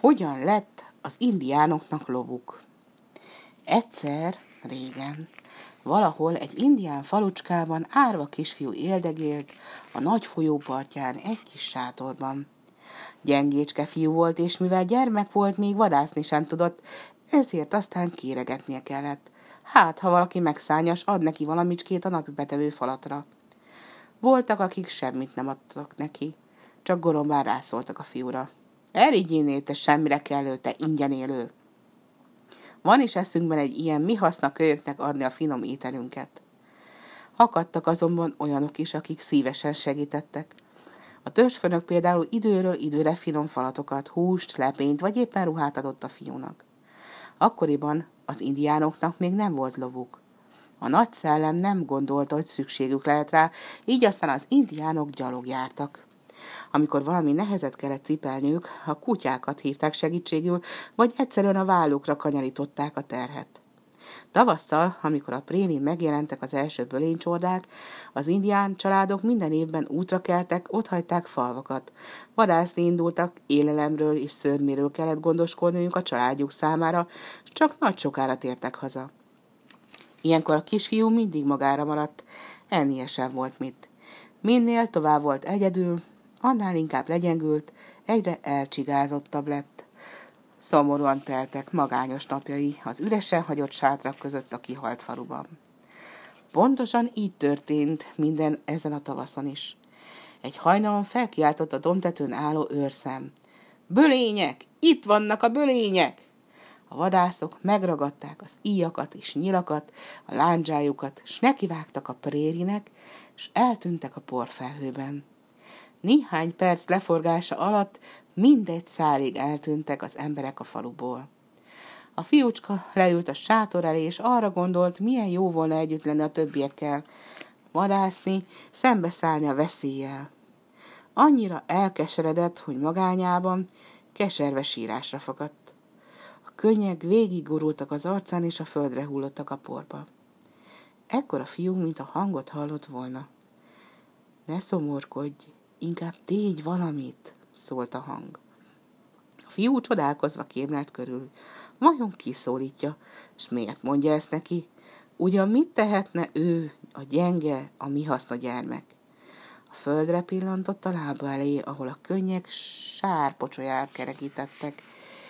Hogyan lett az indiánoknak lovuk? Egyszer, régen, valahol egy indián falucskában árva kisfiú éldegélt a nagy folyó partján egy kis sátorban. Gyengécske fiú volt, és mivel gyermek volt, még vadászni sem tudott, ezért aztán kéregetnie kellett. Hát, ha valaki megszányas, ad neki valamicskét a napi betevő falatra. Voltak, akik semmit nem adtak neki, csak gorombán rászóltak a fiúra. Erigyénél, te semmire kellő, te ingyen élő! Van is eszünkben egy ilyen, mi haszna kölyöknek adni a finom ételünket. Akadtak azonban olyanok is, akik szívesen segítettek. A törzsfőnök például időről időre finom falatokat, húst, lepényt vagy éppen ruhát adott a fiúnak. Akkoriban az indiánoknak még nem volt lovuk. A nagy szellem nem gondolta, hogy szükségük lehet rá, így aztán az indiánok gyalog jártak. Amikor valami nehezet kellett cipelniük, a kutyákat hívták segítségül, vagy egyszerűen a vállukra kanyarították a terhet. Tavasszal, amikor a prérin megjelentek az első bölénycsordák, az indián családok minden évben útra keltek, otthagyták falvakat. Vadászni indultak, élelemről és szörméről kellett gondoskodniuk a családjuk számára, s csak nagy sokára tértek haza. Ilyenkor a kisfiú mindig magára maradt, ennie sem volt mit. Minél tovább volt egyedül, annál inkább legyengült, egyre elcsigázottabb lett. Szomorúan teltek magányos napjai az üresen hagyott sátrak között a kihalt faluban. Pontosan így történt minden ezen a tavaszon is. Egy hajnalon felkiáltott a dombtetőn álló őrszem. Bölények! Itt vannak a bölények! A vadászok megragadták az íjakat és nyilakat, a lándzsájukat, s nekivágtak a prérinek, s eltűntek a porfelhőben. Néhány perc leforgása alatt mindegy szálig eltűntek az emberek a faluból. A fiúcska leült a sátor elé, és arra gondolt, milyen jó volna együtt lenni a többiekkel, vadászni, szembeszállni a veszéllyel. Annyira elkeseredett, hogy magányában keserves sírásra fakadt. A könnyek végiggurultak az arcán, és a földre hullottak a porba. Ekkor a fiú, mint a hangot hallott volna. Ne szomorkodj, inkább tégy valamit, szólt a hang. A fiú csodálkozva kémlelt körül. Vajon ki szólítja, s miért mondja ezt neki? Ugyan mit tehetne ő, a gyenge, a mi haszna gyermek? A földre pillantott a lába elé, ahol a könnyek sárpocsolyát kerekítettek.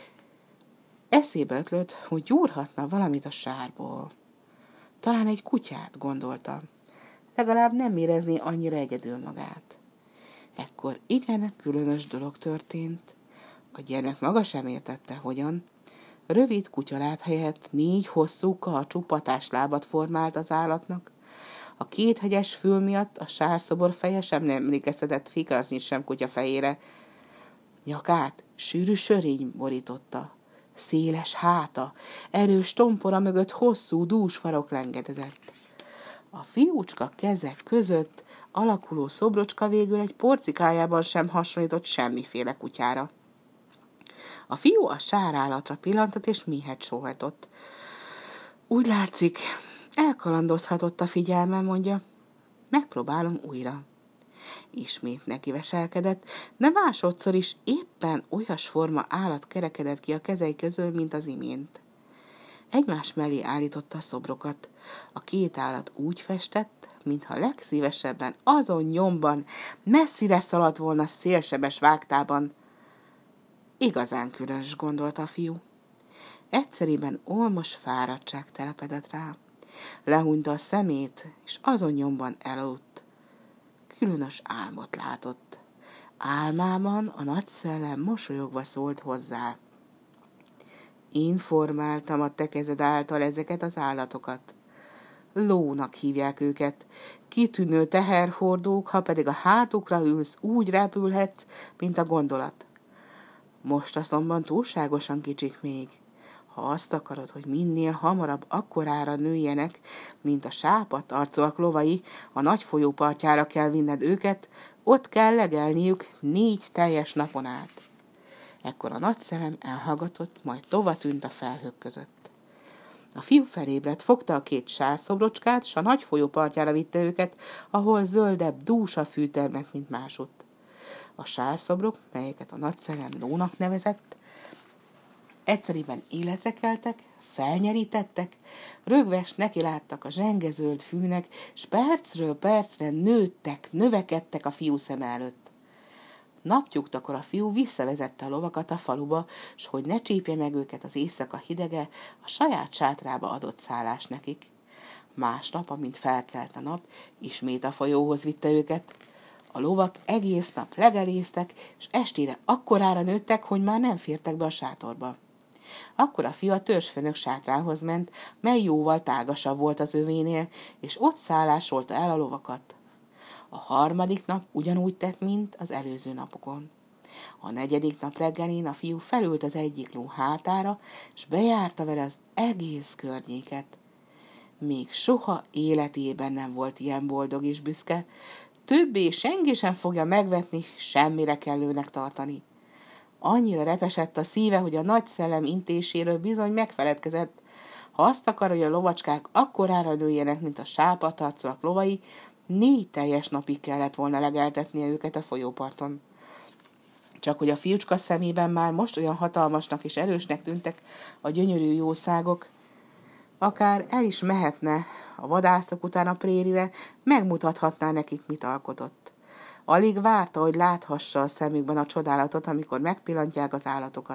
Eszébe ötlött, hogy gyúrhatna valamit a sárból. Talán egy kutyát, gondolta. Legalább nem érezné annyira egyedül magát. Ekkor igen különös dolog történt. A gyermek maga sem értette, hogyan. Rövid kutyaláb helyett 4 hosszú, karcsú patáslábat formált az állatnak. A 2 hegyes fül miatt a sárszobor feje sem emlékeztetett fikarzni sem kutya fejére. Nyakát sűrű sörény borította. Széles háta, erős tompora mögött hosszú, dús farok lengedezett. A fiúcska kezek között alakuló szobrocska végül egy porcikájában sem hasonlított semmiféle kutyára. A fiú a sárállatra pillantott, és méhet sóhajtott. Úgy látszik, elkalandozhatott a figyelmem, mondja. Megpróbálom újra. Ismét neki veselkedett, de másodszor is éppen olyasforma állat kerekedett ki a kezei közül, mint az imént. Egymás mellé állította a szobrokat. A 2 állat úgy festett, mintha legszívesebben azon nyomban messzire szaladt volna szélsebes vágtában. Igazán különös, gondolta a fiú. Egyszeriben olmos fáradtság telepedett rá. Lehúnyta a szemét, és azon nyomban elaludt. Különös álmot látott. Álmában a nagy szellem mosolyogva szólt hozzá. Én formáltam a te kezed által ezeket az állatokat. Lónak hívják őket. Kitűnő teherhordók, ha pedig a hátukra ülsz, úgy repülhetsz, mint a gondolat. Most azonban túlságosan kicsik még. Ha azt akarod, hogy minél hamarabb akkorára nőjenek, mint a sápadt arcúak lovai, a nagy folyó partjára kell vinned őket, ott kell legelniük 4 teljes napon át. Ekkor a nagy szellem elhallgatott, majd tovatűnt a felhők között. A fiú felébredt, fogta a 2 sárszobrócskát, s a nagy folyó partjára vitte őket, ahol zöldebb, dúsabb fű termett, mint másutt. A sárszobrok, melyeket a nagy szellem lónak nevezett, egyszerűen életre keltek, felnyerítettek, rögves nekiláttak a zsengezöld fűnek, s percről percre nőttek, növekedtek a fiú szeme előtt. Napnyugtakor a fiú visszavezette a lovakat a faluba, s hogy ne csípje meg őket az éjszaka hidege, a saját sátrába adott szállást nekik. Másnap, amint felkelt a nap, ismét a folyóhoz vitte őket. A lovak egész nap legeléztek, és estére akkorára nőttek, hogy már nem fértek be a sátorba. Akkor a fiú a törzsfőnök sátrához ment, mely jóval tágasabb volt az övénél, és ott szállásolta el a lovakat. A harmadik nap ugyanúgy tett, mint az előző napokon. A negyedik nap reggelén a fiú felült az egyik ló hátára, és bejárta vele az egész környéket. Még soha életében nem volt ilyen boldog és büszke, többé senki sem fogja megvetni, semmire kellőnek tartani. Annyira repesett a szíve, hogy a nagy szellem intéséről bizony megfeledkezett. Ha azt akar, hogy a lovacskák akkorára nőjenek, mint a sápadtarcúak lovai, 4 teljes napig kellett volna legeltetnie őket a folyóparton. Csak hogy a fiúcska szemében már most olyan hatalmasnak és erősnek tűntek a gyönyörű jószágok, akár el is mehetne a vadászok után a prérire, megmutathatná nekik, mit alkotott. Alig várta, hogy láthassa a szemükben a csodálatot, amikor megpillantják az állatokat.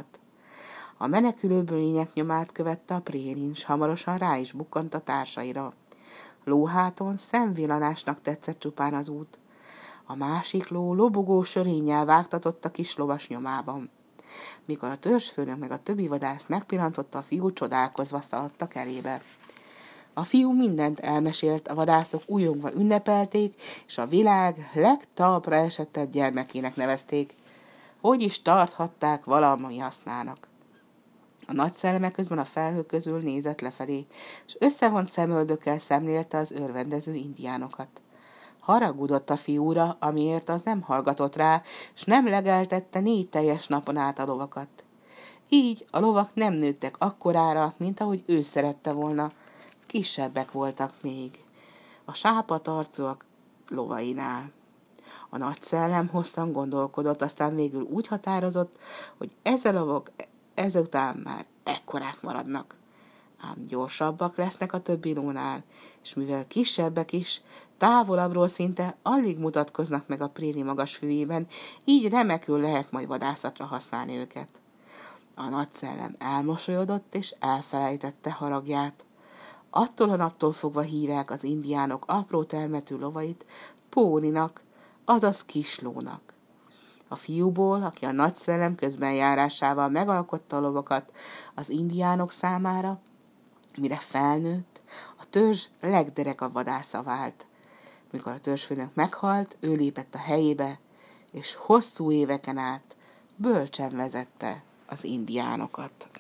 A menekülő bölények nyomát követte a prérin, s hamarosan rá is bukkant a társaira. Lóháton szemvillanásnak tetszett csupán az út. A másik ló lobogó sörénnyel vágtatott a kis lovas nyomában. Mikor a törzsfőnök meg a többi vadász megpillantotta a fiú, csodálkozva szaladtak elébe. A fiú mindent elmesélt, a vadászok újongva ünnepelték, és a világ legtalpra esettebb gyermekének nevezték. Hogy is tarthatták valami hasznának. A nagy szelleme közben a felhők közül nézett lefelé, és összevont szemöldökkel szemlélte az örvendező indiánokat. Haragudott a fiúra, amiért az nem hallgatott rá, s nem legeltette 4 teljes napon át a lovakat. Így a lovak nem nőttek akkorára, mint ahogy ő szerette volna. Kisebbek voltak még a sápadtarcúak lovainál. A nagy szellem hosszan gondolkodott, aztán végül úgy határozott, hogy a lovak ezután már ekkorák maradnak. Ám gyorsabbak lesznek a többi lónál, és mivel kisebbek is, távolabbról szinte alig mutatkoznak meg a préri magas fűjében, így remekül lehet majd vadászatra használni őket. A nagy szellem elmosolyodott, és elfelejtette haragját. Attól a naptól fogva hívják az indiánok apró termetű lovait póninak, azaz kislónak. A fiúból, aki a nagy szellem közben járásával megalkotta a lovakat az indiánok számára, mire felnőtt, a törzs legderekabb vadásza vált. Mikor a törzsfőnök meghalt, ő lépett a helyébe, és hosszú éveken át bölcsen vezette az indiánokat.